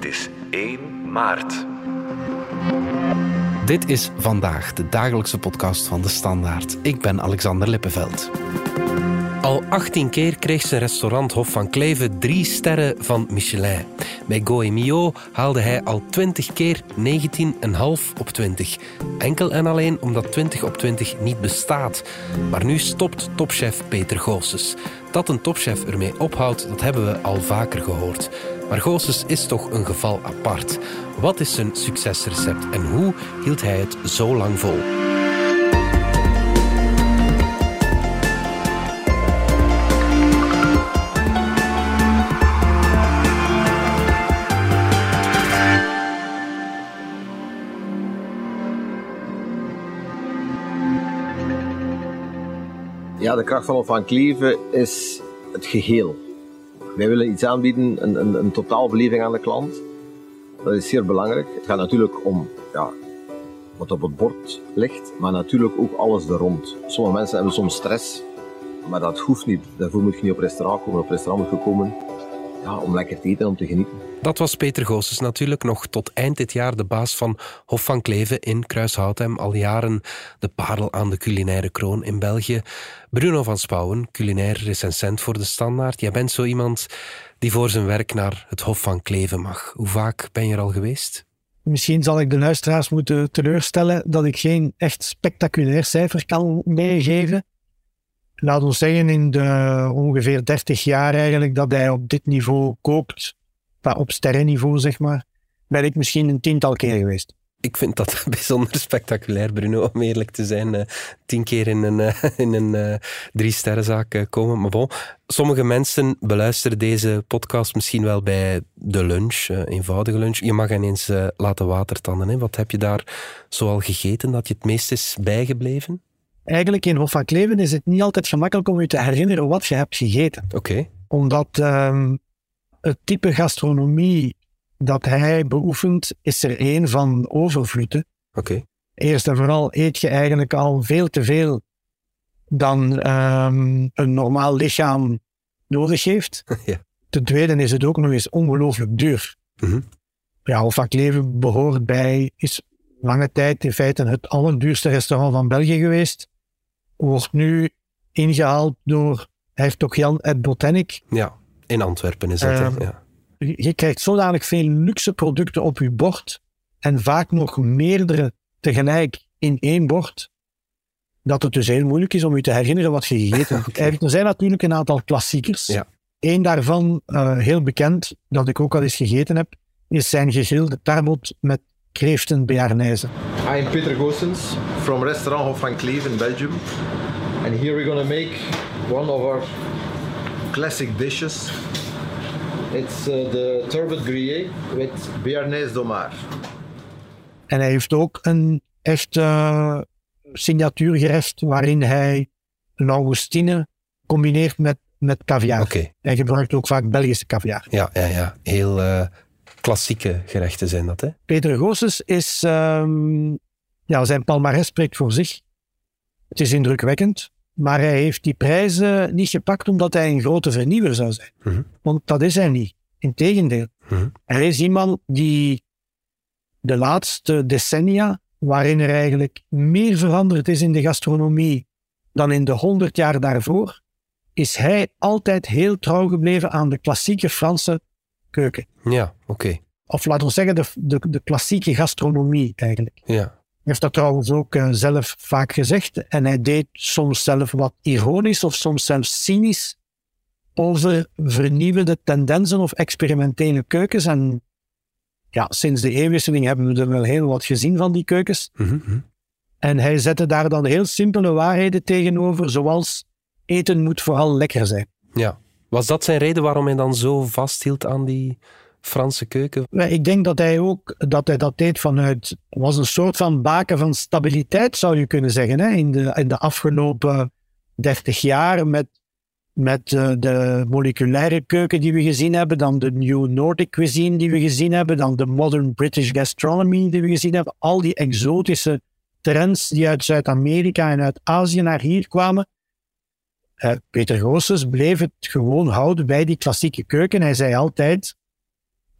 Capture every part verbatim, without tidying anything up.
is één maart. Dit is Vandaag, de dagelijkse podcast van De Standaard. Ik ben Alexander Lippenveld. Al achttien keer kreeg zijn restaurant Hof van Cleven drie sterren van Michelin. Bij Goemio haalde hij al twintig keer negentien komma vijf op twintig. Enkel en alleen omdat twintig op twintig niet bestaat. Maar nu stopt topchef Peter Goossens. Dat een topchef ermee ophoudt, dat hebben we al vaker gehoord. Maar Goossens is toch een geval apart. Wat is zijn succesrecept en hoe hield hij het zo lang vol? Ja, de kracht van Hof van Cleven is het geheel. Wij willen iets aanbieden, een, een, een totaalbeleving aan de klant. Dat is zeer belangrijk. Het gaat natuurlijk om ja, wat op het bord ligt, maar natuurlijk ook alles er rond. Sommige mensen hebben soms stress, maar dat hoeft niet. Daarvoor moet je niet op restaurant komen. Op restaurant moet je komen ja, om lekker te eten en om te genieten. Dat was Peter Goossens natuurlijk nog tot eind dit jaar de baas van Hof van Cleven in Kruishoutem. Al jaren de parel aan de culinaire kroon in België. Bruno van Spouwen, culinair recensent voor De Standaard. Jij bent zo iemand die voor zijn werk naar het Hof van Cleven mag. Hoe vaak ben je er al geweest? Misschien zal ik de luisteraars moeten teleurstellen dat ik geen echt spectaculair cijfer kan meegeven. Laat ons zeggen, in de ongeveer dertig jaar eigenlijk dat hij op dit niveau kookt, op sterrenniveau zeg maar, ben ik misschien een tiental keer geweest. Ik vind dat bijzonder spectaculair, Bruno, om eerlijk te zijn. Uh, tien keer in een, uh, in een uh, drie-sterrenzaak uh, komen. Maar bon, sommige mensen beluisteren deze podcast misschien wel bij de lunch, uh, eenvoudige lunch. Je mag hen eens uh, laten watertanden. Hè. Wat heb je daar zoal gegeten dat je het meest is bijgebleven? Eigenlijk in Hof van Cleven is het niet altijd gemakkelijk om je te herinneren wat je hebt gegeten. Oké. Okay. Omdat um, het type gastronomie dat hij beoefent, is er één van overvloed. Oké. Okay. Eerst en vooral eet je eigenlijk al veel te veel dan um, een normaal lichaam nodig heeft. Ja. Ten tweede is het ook nog eens ongelooflijk duur. Mm-hmm. Ja, Hof van Cleven behoort bij, is lange tijd in feite het allerduurste restaurant van België geweest. Wordt nu ingehaald door Hertog Jan uit Botanic. Ja, in Antwerpen is dat. Um, ja. Je krijgt zodanig veel luxe producten op je bord en vaak nog meerdere tegelijk in één bord, dat het dus heel moeilijk is om je te herinneren wat je gegeten hebt. Okay. Er zijn natuurlijk een aantal klassiekers. Ja. Eén daarvan, uh, heel bekend, dat ik ook al eens gegeten heb, is zijn gegrilde tarbot met kreeften bearnaise. I'm Peter Goossens from restaurant Hof van Cleven in Belgium. And here we're going to make one of our classic dishes. It's uh, the turbot grillé with bearnaise d'Omar. En hij heeft ook een echt uh, signatuurgerecht waarin hij langoustine combineert met, met caviar. Okay. Hij gebruikt ook vaak Belgische caviar. Ja, ja, ja. Heel uh, klassieke gerechten zijn dat, hè? Peter Goossens is... Um, ja, zijn palmares spreekt voor zich. Het is indrukwekkend. Maar hij heeft die prijzen niet gepakt omdat hij een grote vernieuwer zou zijn. Mm-hmm. Want dat is hij niet. Integendeel. Mm-hmm. Hij is iemand die de laatste decennia, waarin er eigenlijk meer veranderd is in de gastronomie dan in de honderd jaar daarvoor, is hij altijd heel trouw gebleven aan de klassieke Franse keuken. Ja, oké. Okay. Of laten we zeggen de, de, de klassieke gastronomie eigenlijk. Ja. Hij heeft dat trouwens ook uh, zelf vaak gezegd. En hij deed soms zelf wat ironisch of soms zelfs cynisch over vernieuwende tendensen of experimentele keukens. En ja, sinds de eeuwwisseling hebben we er wel heel wat gezien van die keukens. Mm-hmm. En hij zette daar dan heel simpele waarheden tegenover, zoals eten moet vooral lekker zijn. Ja. Was dat zijn reden waarom hij dan zo vasthield aan die Franse keuken? Ik denk dat hij ook dat hij dat deed vanuit, was een soort van baken van stabiliteit, zou je kunnen zeggen, hè? In, de, in de afgelopen dertig jaar met, met uh, de moleculaire keuken die we gezien hebben, dan de New Nordic cuisine die we gezien hebben, dan de Modern British Gastronomy die we gezien hebben, al die exotische trends die uit Zuid-Amerika en uit Azië naar hier kwamen. Uh, Peter Goossens bleef het gewoon houden bij die klassieke keuken. Hij zei altijd, uh,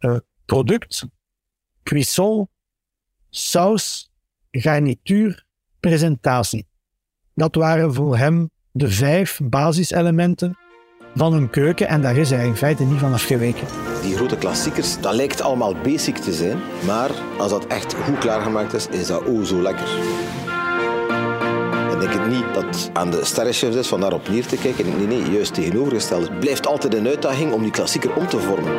product, cuisson, saus, garnituur, presentatie. Dat waren voor hem de vijf basiselementen van een keuken en daar is hij in feite niet van afgeweken. Die grote klassiekers, dat lijkt allemaal basic te zijn, maar als dat echt goed klaargemaakt is, is dat oh zo lekker. Ik denk het niet dat aan de sterrenchefs is van daarop neer te kijken. Nee, nee, juist tegenovergesteld. Het blijft altijd een uitdaging om die klassieker om te vormen.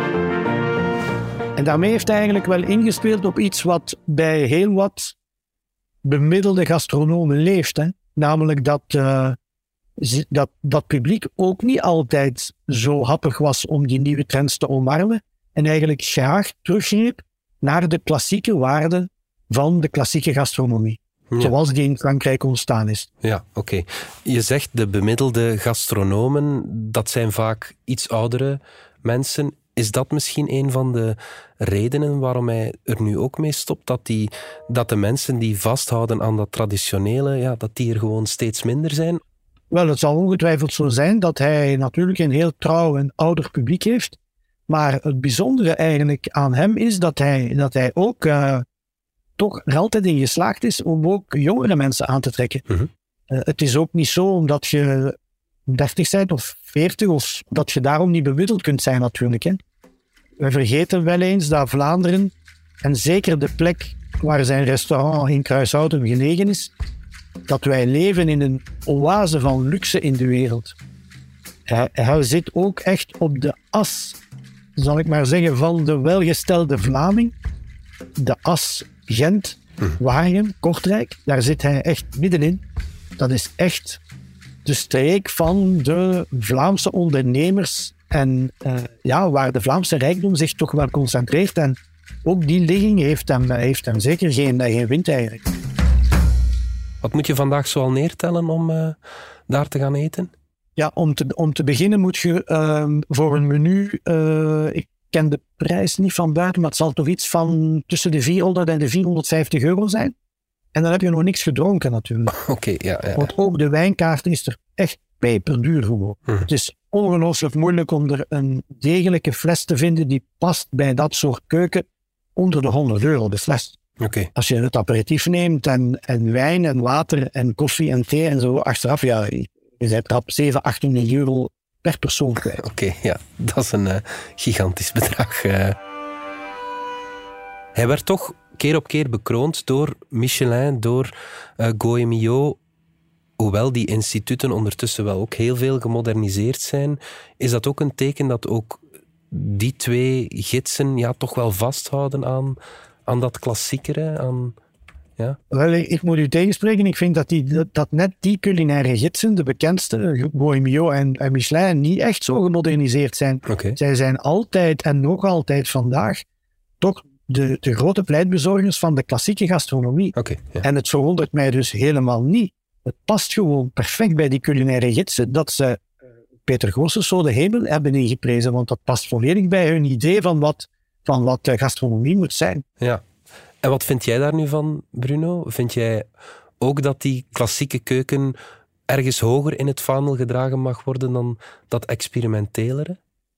En daarmee heeft hij eigenlijk wel ingespeeld op iets wat bij heel wat bemiddelde gastronomen leeft. Hè? Namelijk dat, uh, dat dat publiek ook niet altijd zo happig was om die nieuwe trends te omarmen. En eigenlijk graag teruggreep naar de klassieke waarden van de klassieke gastronomie. Ja. Zoals die in Frankrijk ontstaan is. Ja, oké. Okay. Je zegt de bemiddelde gastronomen, dat zijn vaak iets oudere mensen. Is dat misschien een van de redenen waarom hij er nu ook mee stopt? Dat, die, dat de mensen die vasthouden aan dat traditionele, ja, dat die er gewoon steeds minder zijn? Wel, het zal ongetwijfeld zo zijn dat hij natuurlijk een heel trouw en ouder publiek heeft. Maar het bijzondere eigenlijk aan hem is dat hij, dat hij ook uh, toch er altijd in geslaagd is om ook jongere mensen aan te trekken. Uh-huh. Uh, het is ook niet zo omdat je dertig bent of veertig, of dat je daarom niet bemiddeld kunt zijn natuurlijk. Hè. We vergeten wel eens dat Vlaanderen, en zeker de plek waar zijn restaurant in Kruishouten gelegen is, dat wij leven in een oase van luxe in de wereld. Hij, hij zit ook echt op de as, zal ik maar zeggen, van de welgestelde Vlaming. De as Gent, Waregem, Kortrijk, daar zit hij echt middenin. Dat is echt de streek van de Vlaamse ondernemers en uh, ja, waar de Vlaamse rijkdom zich toch wel concentreert. En ook die ligging heeft hem, heeft hem zeker geen, geen wind eigenlijk. Wat moet je vandaag zoal neertellen om uh, daar te gaan eten? Ja, om te, om te beginnen moet je uh, voor een menu, uh, ik ken de prijs niet van buiten, maar het zal toch iets van tussen de vierhonderd en de vierhonderdvijftig euro zijn. En dan heb je nog niks gedronken natuurlijk. Oké, okay, ja, ja. Want ook de wijnkaart is er echt peperduur gewoon. Hm. Het is ongelooflijk moeilijk om er een degelijke fles te vinden die past bij dat soort keuken onder de honderd euro de fles. Okay. Als je het aperitief neemt en, en wijn en water en koffie en thee en zo achteraf, ja, je bent rap zevenhonderd, achthonderd euro per persoon kwijt. Oké, okay, ja, dat is een uh, gigantisch bedrag. Uh. Hij werd toch keer op keer bekroond door Michelin, door uh, Goemio. Hoewel die instituten ondertussen wel ook heel veel gemoderniseerd zijn, is dat ook een teken dat ook die twee gidsen ja, toch wel vasthouden aan, aan dat klassiekere, aan... Ja. Wel, ik moet u tegenspreken. Ik vind dat, die, dat, dat net die culinaire gidsen, de bekendste, Goemio en, en Michelin, niet echt zo gemoderniseerd zijn. Okay. Zij zijn altijd en nog altijd vandaag toch de, de grote pleitbezorgers van de klassieke gastronomie. Okay, ja. En het verwondert mij dus helemaal niet. Het past gewoon perfect bij die culinaire gidsen dat ze Peter Goossens zo de hemel hebben ingeprezen, want dat past volledig bij hun idee van wat, van wat gastronomie moet zijn. Ja. En wat vind jij daar nu van, Bruno? Vind jij ook dat die klassieke keuken ergens hoger in het vaandel gedragen mag worden dan dat experimentelere?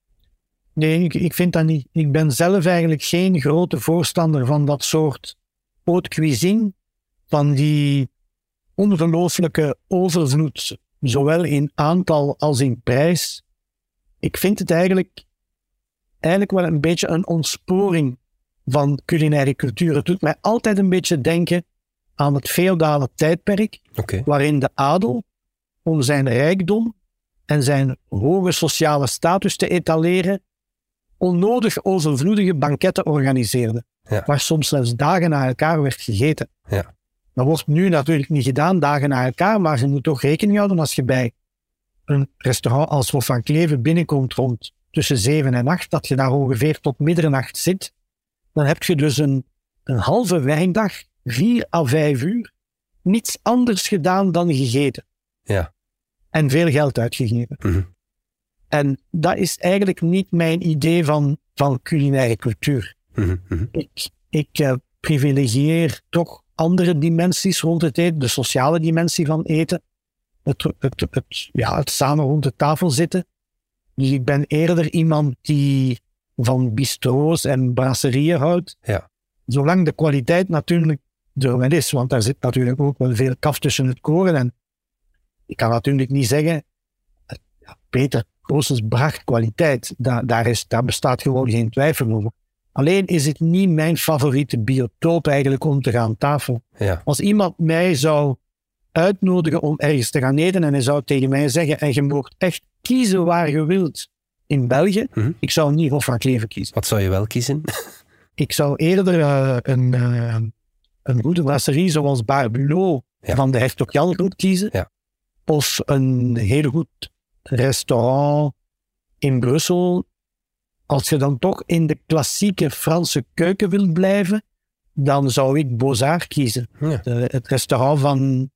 Nee, ik, ik vind dat niet. Ik ben zelf eigenlijk geen grote voorstander van dat soort haute cuisine, van die ongelooflijke overvloed, zowel in aantal als in prijs. Ik vind het eigenlijk, eigenlijk wel een beetje een ontsporing van culinaire cultuur. Het doet mij altijd een beetje denken aan het feodale tijdperk, okay. waarin de adel, om zijn rijkdom en zijn hoge sociale status te etaleren, onnodig overvloedige banketten organiseerde, ja. waar soms zelfs dagen na elkaar werd gegeten. Ja. Dat wordt nu natuurlijk niet gedaan, dagen na elkaar, maar je moet toch rekening houden als je bij een restaurant als Hof van Kleve binnenkomt rond tussen zeven en acht, dat je daar ongeveer tot middernacht zit. Dan heb je dus een, een halve wijndag, vier à vijf uur, niets anders gedaan dan gegeten. Ja. En veel geld uitgegeven. Mm-hmm. En dat is eigenlijk niet mijn idee van, van culinaire cultuur. Mm-hmm. Ik, ik uh, privilegieer toch andere dimensies rond het eten, de sociale dimensie van eten, het, het, het, ja, het samen rond de tafel zitten. Dus ik ben eerder iemand die van bistro's en brasserieën houdt. Ja. Zolang de kwaliteit natuurlijk er wel is, want daar zit natuurlijk ook wel veel kaf tussen het koren. En ik kan natuurlijk niet zeggen, ja, Peter Goossens bracht kwaliteit. Daar, daar, is, daar bestaat gewoon geen twijfel over. Alleen is het niet mijn favoriete biotoop eigenlijk om te gaan tafelen. Ja. Als iemand mij zou uitnodigen om ergens te gaan eten en hij zou tegen mij zeggen, en je mag echt kiezen waar je wilt in België, Mm-hmm. ik zou niet Hof van Kleve kiezen. Wat zou je wel kiezen? Ik zou eerder uh, een, uh, een goede brasserie zoals Bar Bulot Ja. van de Hertog Jan Groep kiezen. Ja. Of een heel goed restaurant in Brussel. Als je dan toch in de klassieke Franse keuken wilt blijven, dan zou ik Beaux-Arts kiezen. Ja. De, het restaurant van,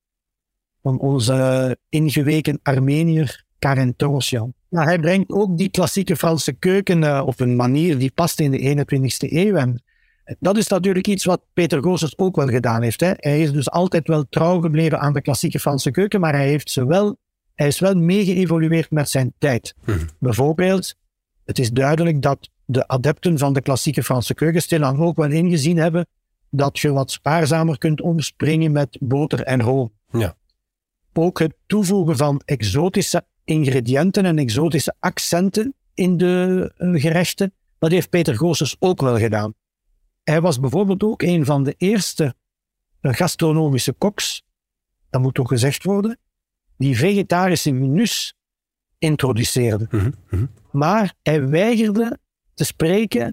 van onze ingeweken Armenier Karen Torosjan. Maar hij brengt ook die klassieke Franse keuken uh, op een manier die past in de eenentwintigste eeuw. En dat is natuurlijk iets wat Peter Goossens ook wel gedaan heeft. Hè. Hij is dus altijd wel trouw gebleven aan de klassieke Franse keuken, maar hij, heeft ze wel, hij is wel mee geëvolueerd met zijn tijd. Hm. Bijvoorbeeld, het is duidelijk dat de adepten van de klassieke Franse keuken stilaan ook wel ingezien hebben dat je wat spaarzamer kunt omspringen met boter en room. Ja. Ook het toevoegen van exotische ingrediënten en exotische accenten in de uh, gerechten, dat heeft Peter Goossens ook wel gedaan. Hij was bijvoorbeeld ook een van de eerste uh, gastronomische koks, dat moet toch gezegd worden, die vegetarische menus introduceerde. Mm-hmm. Mm-hmm. Maar hij weigerde te spreken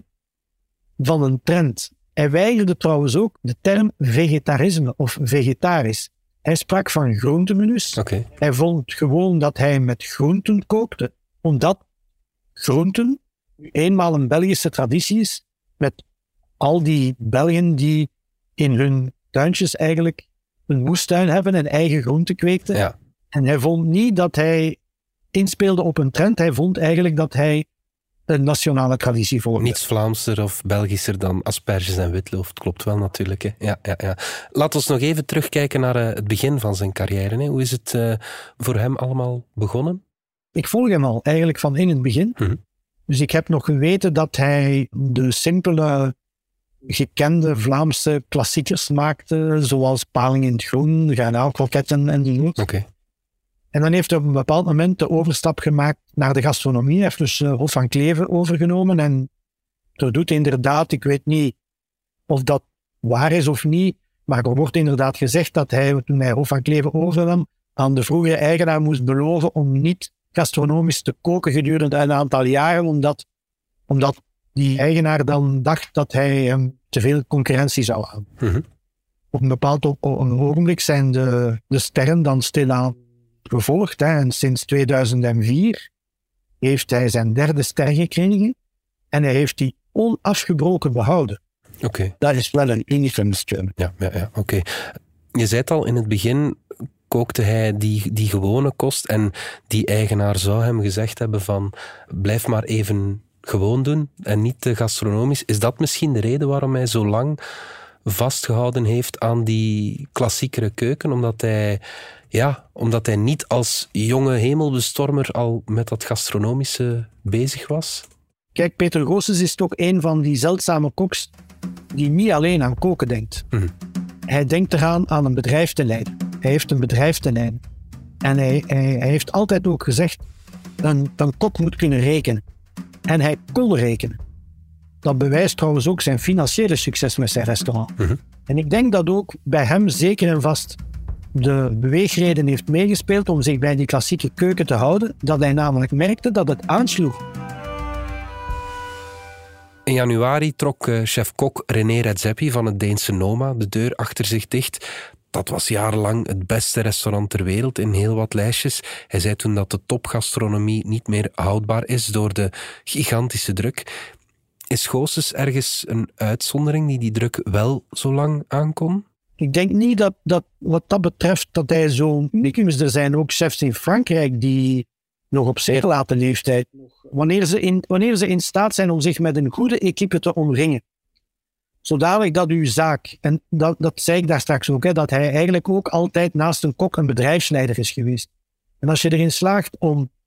van een trend. Hij weigerde trouwens ook de term vegetarisme of vegetarisch. Hij sprak van groentemenus. Okay. Hij vond gewoon dat hij met groenten kookte, omdat groenten nu eenmaal een Belgische traditie is, met al die Belgen die in hun tuintjes eigenlijk een moestuin hebben en eigen groenten kweekten. Ja. En hij vond niet dat hij inspeelde op een trend. Hij vond eigenlijk dat hij een nationale traditie volgde. Niets Vlaamser of Belgischer dan asperges en witloof. Klopt wel natuurlijk. Hè. Ja, ja, ja. Laten we nog even terugkijken naar uh, het begin van zijn carrière. Hè. Hoe is het uh, voor hem allemaal begonnen? Ik volg hem al eigenlijk van in het begin. Mm-hmm. Dus ik heb nog geweten dat hij de simpele, gekende Vlaamse klassiekers maakte, zoals Paling in het Groen, garnaalkroketten en die Oké. Okay. En dan heeft hij op een bepaald moment de overstap gemaakt naar de gastronomie. Hij heeft dus uh, Hof van Kleve overgenomen. En er doet inderdaad, ik weet niet of dat waar is of niet, maar er wordt inderdaad gezegd dat hij, toen hij Hof van Kleve overnam, aan de vroegere eigenaar moest beloven om niet gastronomisch te koken gedurende een aantal jaren, omdat, omdat die eigenaar dan dacht dat hij um, te veel concurrentie zou hebben. Mm-hmm. Op een bepaald op, op een ogenblik zijn de, de sterren dan stilaan gevolgd. Hè. En sinds tweeduizend vier heeft hij zijn derde ster gekregen en hij heeft die onafgebroken behouden. Oké. Okay. Dat is wel een unicum steun. Ja, ja, ja oké. Okay. Je zei het al, in het begin kookte hij die, die gewone kost en die eigenaar zou hem gezegd hebben van blijf maar even gewoon doen en niet te gastronomisch. Is dat misschien de reden waarom hij zo lang vastgehouden heeft aan die klassiekere keuken? Omdat hij, ja, omdat hij niet als jonge hemelbestormer al met dat gastronomische bezig was? Kijk, Peter Goossens is toch een van die zeldzame koks die niet alleen aan koken denkt. Mm-hmm. Hij denkt eraan aan een bedrijf te leiden. Hij heeft een bedrijf te leiden. En hij, hij, hij heeft altijd ook gezegd, een, een kok moet kunnen rekenen. En hij kon rekenen. Dat bewijst trouwens ook zijn financiële succes met zijn restaurant. Mm-hmm. En ik denk dat ook bij hem zeker en vast de beweegreden heeft meegespeeld om zich bij die klassieke keuken te houden, dat hij namelijk merkte dat het aansloeg. In januari trok uh, chef-kok René Redzepi van het Deense Noma de deur achter zich dicht. Dat was jarenlang het beste restaurant ter wereld in heel wat lijstjes. Hij zei toen dat de topgastronomie niet meer houdbaar is door de gigantische druk. Is Goossens ergens een uitzondering die die druk wel zo lang aankon? Ik denk niet dat, dat wat dat betreft dat hij zo unicum is. Er zijn ook chefs in Frankrijk die nog op zeer late leeftijd, wanneer ze, in, wanneer ze in staat zijn om zich met een goede equipe te omringen, zodanig dat uw zaak, en dat, dat zei ik daar straks ook, hè, dat hij eigenlijk ook altijd naast een kok een bedrijfsleider is geweest. En als je erin slaagt om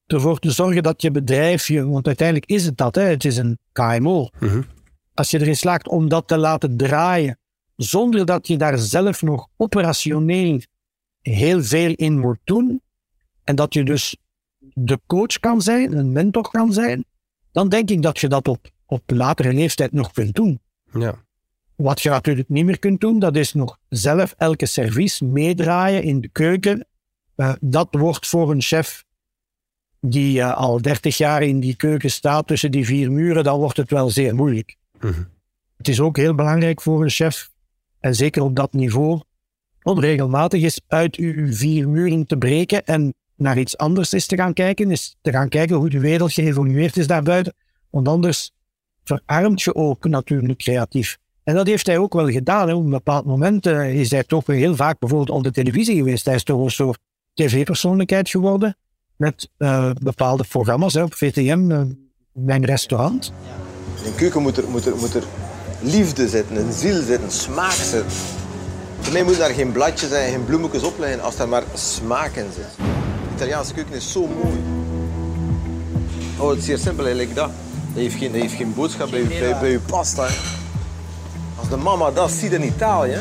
ervoor te zorgen dat je bedrijfje, want uiteindelijk is het dat, hè, het is een K M O. Mm-hmm. Als je erin slaagt om dat te laten draaien, zonder dat je daar zelf nog operationeel heel veel in moet doen, en dat je dus de coach kan zijn, een mentor kan zijn, dan denk ik dat je dat op, op latere leeftijd nog kunt doen. Ja. Wat je natuurlijk niet meer kunt doen, dat is nog zelf elke service meedraaien in de keuken. Uh, dat wordt voor een chef die uh, al dertig jaar in die keuken staat tussen die vier muren, dan wordt het wel zeer moeilijk. Mm-hmm. Het is ook heel belangrijk voor een chef, en zeker op dat niveau, om regelmatig eens uit uw vier muren te breken en naar iets anders is te gaan kijken, is te gaan kijken hoe de wereld geëvolueerd is daarbuiten. Want anders verarmt je ook natuurlijk creatief. En dat heeft hij ook wel gedaan. Hè. Op een bepaald moment uh, is hij toch heel vaak bijvoorbeeld op de televisie geweest. Hij is toch een soort tv-persoonlijkheid geworden met uh, bepaalde programma's hè, op V T M, uh, mijn restaurant. In een keuken moet er, moet, er, moet er liefde zitten, een ziel zitten, smaak zitten. Voor mij moet daar geen bladjes zijn, geen bloemetjes op liggen, als daar maar smaak in zit. De Italiaanse keuken is zo mooi. Oh, het is zeer simpel, eigenlijk dat. Dat heeft geen, dat heeft geen boodschap bij, bij, bij je pasta. Hè. Als de mama dat ziet in Italië,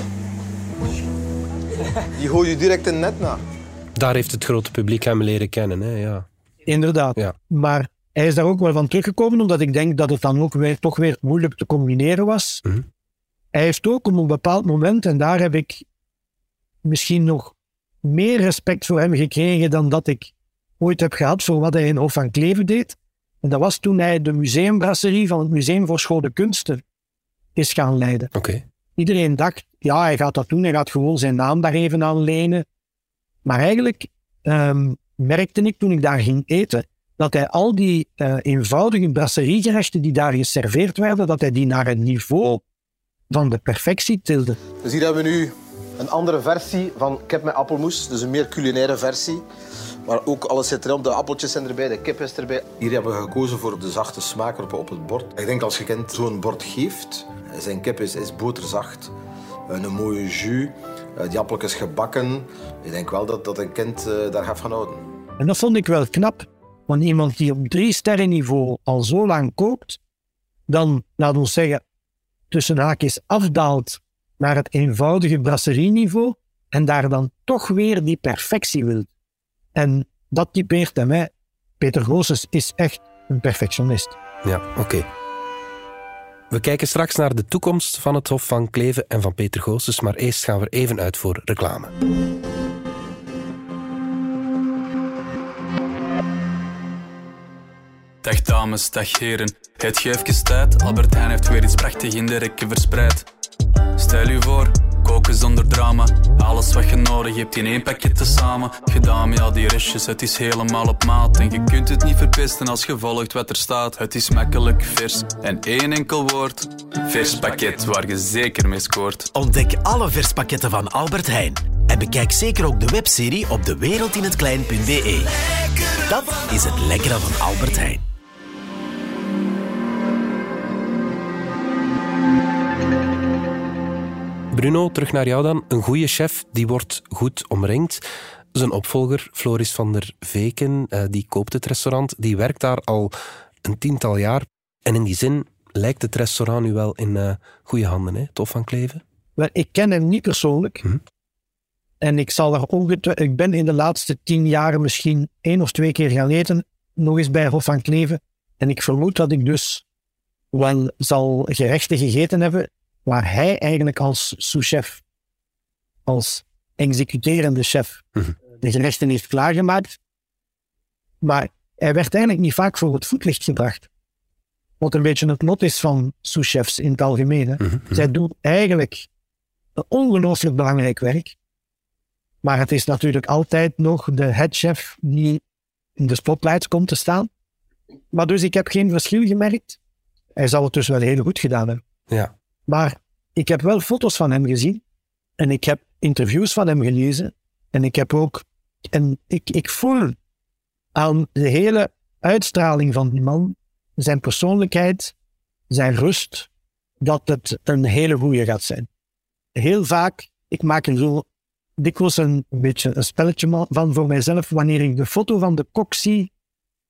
die gooit je direct in net na. Daar heeft het grote publiek hem leren kennen. Hè? Ja. Inderdaad. Ja. Maar hij is daar ook wel van teruggekomen, omdat ik denk dat het dan ook weer, toch weer moeilijk te combineren was. Mm-hmm. Hij heeft ook op een bepaald moment, en daar heb ik misschien nog meer respect voor hem gekregen dan dat ik ooit heb gehad voor wat hij in Hof van Kleve deed. En dat was toen hij de museumbrasserie van het Museum voor Schone Kunsten is gaan leiden. Okay. Iedereen dacht, ja, hij gaat dat doen, hij gaat gewoon zijn naam daar even aan lenen. Maar eigenlijk um, merkte ik toen ik daar ging eten, dat hij al die uh, eenvoudige brasseriegerechten die daar geserveerd werden, dat hij die naar een niveau van de perfectie tilde. Dus hier hebben we nu een andere versie van kip met appelmoes, dus een meer culinaire versie. Maar ook alles zit erop, de appeltjes zijn erbij, de kip is erbij. Hier hebben we gekozen voor de zachte smaak op, op het bord. Ik denk als je kind zo'n bord geeft, zijn kip is, is boterzacht, een mooie jus, die appeltjes gebakken. Ik denk wel dat, dat een kind uh, daar gaat van houden. En dat vond ik wel knap, want iemand die op drie sterren niveau al zo lang kookt, dan, laten we zeggen, tussen haakjes afdaalt naar het eenvoudige brasserieniveau en daar dan toch weer die perfectie wil. En dat typeert hem. Hè. Peter Goossens is echt een perfectionist. Ja, oké. Okay. We kijken straks naar de toekomst van het Hof van Kleve en van Peter Goossens, maar eerst gaan we er even uit voor reclame. Dag dames, dag heren. Het geeft even tijd, Albert Heijn heeft weer iets prachtig in de rekken verspreid. Stel je voor, koken zonder drama. Alles wat je nodig hebt in één pakje tezamen. Gedaan met al die restjes, het is helemaal op maat. En je kunt het niet verpesten als je volgt wat er staat. Het is makkelijk, vers en één enkel woord. Vers pakket, waar je zeker mee scoort. Ontdek alle verspakketten van Albert Heijn. En bekijk zeker ook de webserie op dewereldinhetklein punt b e. Dat is het lekkere van Albert Heijn. Bruno, terug naar jou dan. Een goede chef, die wordt goed omringd. Zijn opvolger, Floris van der Veken, uh, die koopt het restaurant. Die werkt daar al een tiental jaar. En in die zin lijkt het restaurant nu wel in uh, goede handen, hè? Hof van Kleve? Wel, ik ken hem niet persoonlijk. Hm. En ik zal er ongetwijfeld... Ik ben in de laatste tien jaar misschien één of twee keer gaan eten. Nog eens bij Hof van Kleve. En ik vermoed dat ik dus wel zal gerechten gegeten hebben waar hij eigenlijk als sous-chef, als executerende chef, mm-hmm. de gerechten heeft klaargemaakt. Maar hij werd eigenlijk niet vaak voor het voetlicht gebracht. Wat een beetje het lot is van sous-chefs in het algemeen. Hè. Mm-hmm. Zij doen eigenlijk een ongelooflijk belangrijk werk. Maar het is natuurlijk altijd nog de headchef die in de spotlights komt te staan. Maar dus ik heb geen verschil gemerkt. Hij zal het dus wel heel goed gedaan hebben. Ja. Maar ik heb wel foto's van hem gezien. En ik heb interviews van hem gelezen. En ik heb ook... En ik, ik voel aan de hele uitstraling van die man, zijn persoonlijkheid, zijn rust, dat het een hele goeie gaat zijn. Heel vaak, ik maak er zo dikwijls een, een beetje een spelletje van voor mijzelf, wanneer ik de foto van de kok zie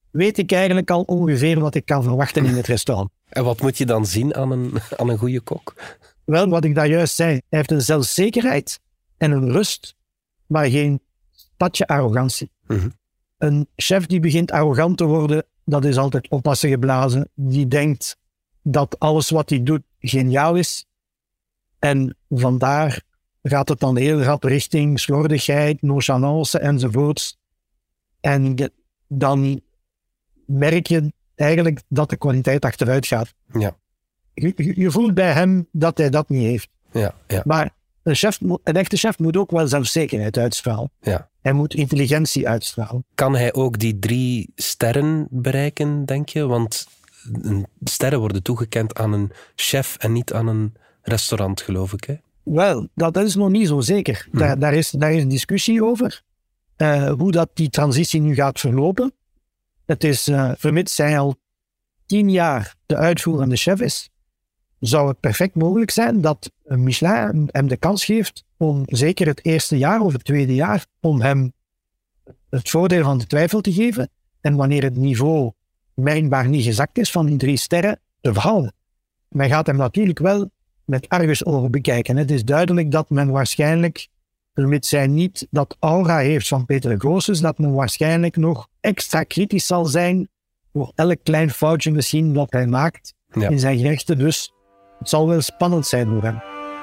weet ik eigenlijk al ongeveer wat ik kan verwachten in het restaurant. En wat moet je dan zien aan een, aan een goede kok? Wel, wat ik daar juist zei, hij heeft een zelfzekerheid en een rust, maar geen spatje arrogantie. Mm-hmm. Een chef die begint arrogant te worden, dat is altijd oppassen geblazen. Die denkt dat alles wat hij doet geniaal is. En vandaar gaat het dan heel rap richting slordigheid, nonchalance enzovoorts. En dan merk je eigenlijk dat de kwaliteit achteruit gaat. Ja. Je, je voelt bij hem dat hij dat niet heeft. Ja, ja. Maar een, chef, een echte chef moet ook wel zelfzekerheid uitstralen. Ja. Hij moet intelligentie uitstralen. Kan hij ook die drie sterren bereiken, denk je? Want sterren worden toegekend aan een chef en niet aan een restaurant, geloof ik. Hè? Wel, dat is nog niet zo zeker. Hmm. Daar, daar, is, daar is een discussie over. Uh, hoe dat die transitie nu gaat verlopen. Het is, uh, vermits hij al tien jaar de uitvoerende chef is, zou het perfect mogelijk zijn dat Michelin hem de kans geeft om zeker het eerste jaar of het tweede jaar, om hem het voordeel van de twijfel te geven en wanneer het niveau merkbaar niet gezakt is van die drie sterren, te verhouden. Men gaat hem natuurlijk wel met argusogen bekijken. Het is duidelijk dat men waarschijnlijk, vermits hij niet dat aura heeft van Peter Goossens, dat men waarschijnlijk nog extra kritisch zal zijn voor elk klein foutje misschien dat hij maakt ja. in zijn gerechten. Dus het zal wel spannend zijn voor hem.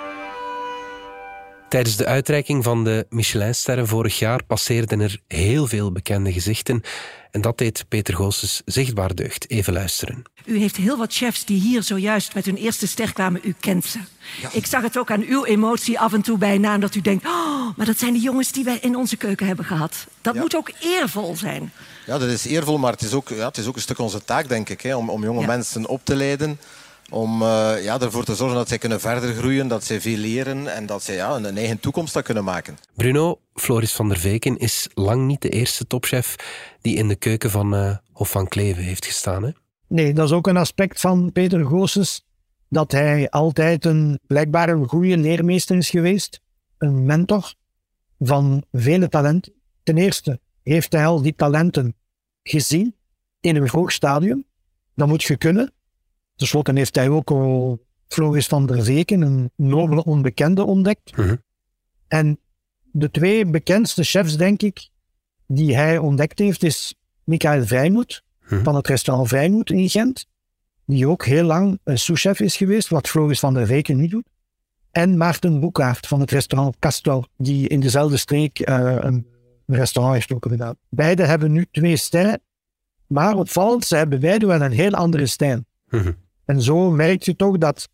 Tijdens de uitreiking van de Michelinsterren vorig jaar passeerden er heel veel bekende gezichten. En dat deed Peter Goossens zichtbaar deugd. Even luisteren. U heeft heel wat chefs die hier zojuist met hun eerste ster kwamen. U kent ze. Ja. Ik zag het ook aan uw emotie af en toe bij naam dat u denkt... Oh, maar dat zijn de jongens die wij in onze keuken hebben gehad. Dat ja. moet ook eervol zijn. Ja, dat is eervol, maar het is ook, ja, het is ook een stuk onze taak, denk ik. Hè, om, om jonge ja. mensen op te leiden. Om uh, ja, ervoor te zorgen dat zij kunnen verder groeien, dat zij veel leren en dat zij ja, een eigen toekomst kunnen maken. Bruno, Floris van der Veken is lang niet de eerste topchef die in de keuken van uh, Hof van Cleve heeft gestaan. Hè? Nee, dat is ook een aspect van Peter Goossens, dat hij altijd een blijkbaar een goede leermeester is geweest. Een mentor van vele talenten. Ten eerste heeft hij al die talenten gezien in een vroeg stadium. Dat moet je kunnen. Ten slotte heeft hij ook al Floris van der Veken, een nobele onbekende, ontdekt. Mm-hmm. En de twee bekendste chefs, denk ik, die hij ontdekt heeft, is Michael Vrijmoet, mm-hmm. van het restaurant Vrijmoet in Gent, die ook heel lang een souschef is geweest, wat Floris van der Veken niet doet. En Maarten Boekaert van het restaurant Castor, die in dezelfde streek uh, een restaurant heeft ook gedaan. Beide hebben nu twee sterren, maar opvallend, ze hebben beide wel een heel andere stijl. Mm-hmm. En zo merk je toch dat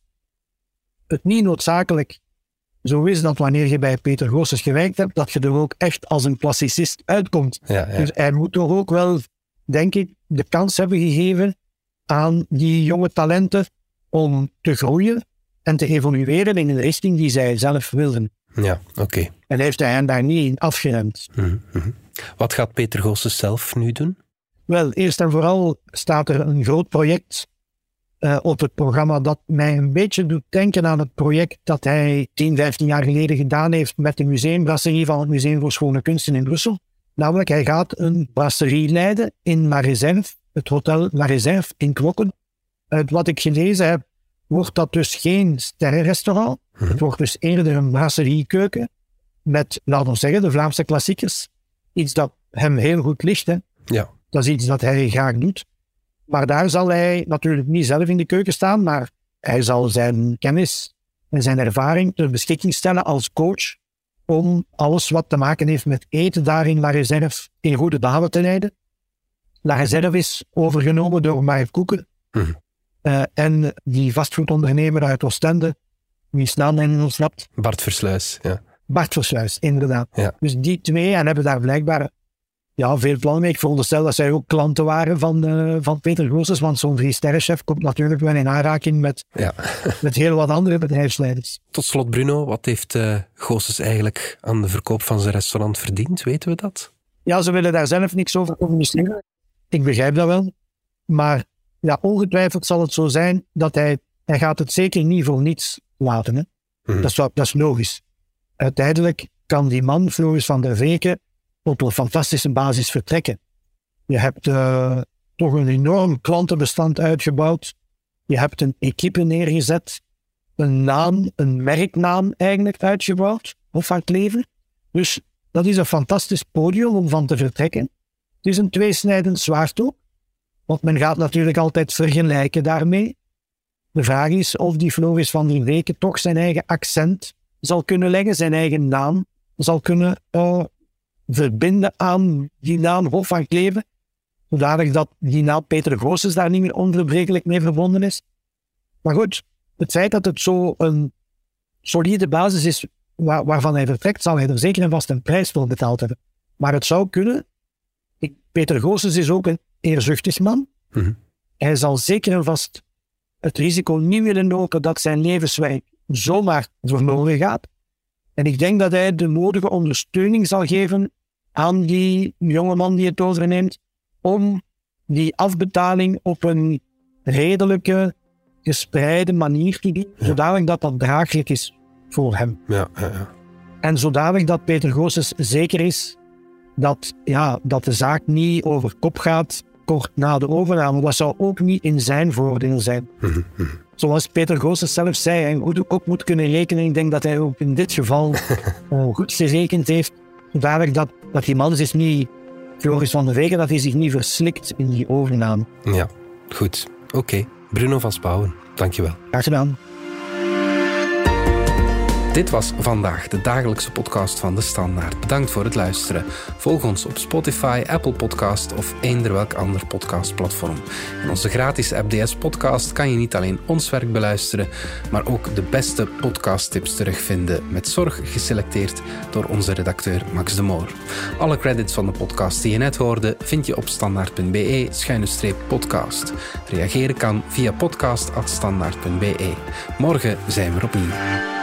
het niet noodzakelijk zo is dat wanneer je bij Peter Goossens gewerkt hebt, dat je er ook echt als een klassicist uitkomt. Ja, ja. Dus hij moet toch ook wel, denk ik, de kans hebben gegeven aan die jonge talenten om te groeien en te evolueren in een richting die zij zelf wilden. Ja, oké. Okay. En heeft hij hen daar niet in afgeremd. Mm-hmm. Wat gaat Peter Goossens zelf nu doen? Wel, eerst en vooral staat er een groot project Uh, op het programma dat mij een beetje doet denken aan het project dat hij tien, vijftien jaar geleden gedaan heeft met de museumbrasserie van het Museum voor Schone Kunsten in Brussel. Namelijk, hij gaat een brasserie leiden in La Réserve, het hotel La Réserve in Knokken. Uit wat ik gelezen heb, wordt dat dus geen sterrenrestaurant. Hm. Het wordt dus eerder een brasseriekeuken met, laten we zeggen, de Vlaamse klassiekers. Iets dat hem heel goed ligt. Hè. Ja. Dat is iets dat hij graag doet. Maar daar zal hij natuurlijk niet zelf in de keuken staan, maar hij zal zijn kennis en zijn ervaring ter beschikking stellen als coach om alles wat te maken heeft met eten daar in La Réserve in goede banen te leiden. La Réserve is overgenomen door Mark Koeken mm. uh, en die vastgoedondernemer uit Oostende, wiens naam mij niet ontsnapt. Bart Versluis, ja. Bart Versluis, inderdaad. Ja. Dus die twee en hebben daar blijkbaar ja, veel plannen mee. Ik veronderstel dat zij ook klanten waren van, uh, van Peter Goossens, want zo'n drie-sterrenchef komt natuurlijk wel in aanraking met, ja. met heel wat andere bedrijfsleiders. Tot slot, Bruno, wat heeft uh, Goossens eigenlijk aan de verkoop van zijn restaurant verdiend? Weten we dat? Ja, ze willen daar zelf niks over communiceren. Ik begrijp dat wel. Maar ja, ongetwijfeld zal het zo zijn dat hij, hij gaat het zeker niet voor niets laten. Hè? Mm-hmm. Dat, is, dat is logisch. Uiteindelijk kan die man, Floris van der Veken, op een fantastische basis vertrekken. Je hebt uh, toch een enorm klantenbestand uitgebouwd. Je hebt een equipe neergezet, een naam, een merknaam eigenlijk uitgebouwd, Hof van Kleve. Dus dat is een fantastisch podium om van te vertrekken. Het is een tweesnijdend zwaard ook, want men gaat natuurlijk altijd vergelijken daarmee. De vraag is of die Floris van der Weken toch zijn eigen accent zal kunnen leggen, zijn eigen naam zal kunnen uh, verbinden aan die naam Hof van Kleve, zodanig dat die naam Peter Goossens daar niet meer onverbrekelijk mee verbonden is. Maar goed, het feit dat het zo een solide basis is waar, waarvan hij vertrekt, zal hij er zeker en vast een prijs voor betaald hebben. Maar het zou kunnen. Ik, Peter Goossens is ook een eerzuchtig man. Mm-hmm. Hij zal zeker en vast het risico niet willen lopen dat zijn levenswerk zomaar verloren gaat. En ik denk dat hij de nodige ondersteuning zal geven aan die jongeman die het overneemt, om die afbetaling op een redelijke, gespreide manier te doen, ja. zodanig dat dat draaglijk is voor hem. Ja, ja, ja. En zodanig dat Peter Goossens zeker is dat, ja, dat de zaak niet over kop gaat kort na de overname. Dat zou ook niet in zijn voordeel zijn. Mm-hmm. Zoals Peter Goossens zelf zei, hij moet ook moet kunnen rekenen. Ik denk dat hij ook in dit geval goed gerekend heeft, zodanig dat, dat die man is niet, Floris van der Weken, dat hij zich niet verslikt in die overname. Ja, goed. Oké. Okay. Bruno van Spouwen, dankjewel. Graag gedaan. Dit was vandaag de dagelijkse podcast van De Standaard. Bedankt voor het luisteren. Volg ons op Spotify, Apple Podcast of eender welk ander podcastplatform. In onze gratis App D S Podcast kan je niet alleen ons werk beluisteren, maar ook de beste podcasttips terugvinden, met zorg geselecteerd door onze redacteur Max de Moor. Alle credits van de podcast die je net hoorde vind je op standaard.be schuine streep podcast. Reageren kan via podcast at standaard punt be. Morgen zijn we er opnieuw.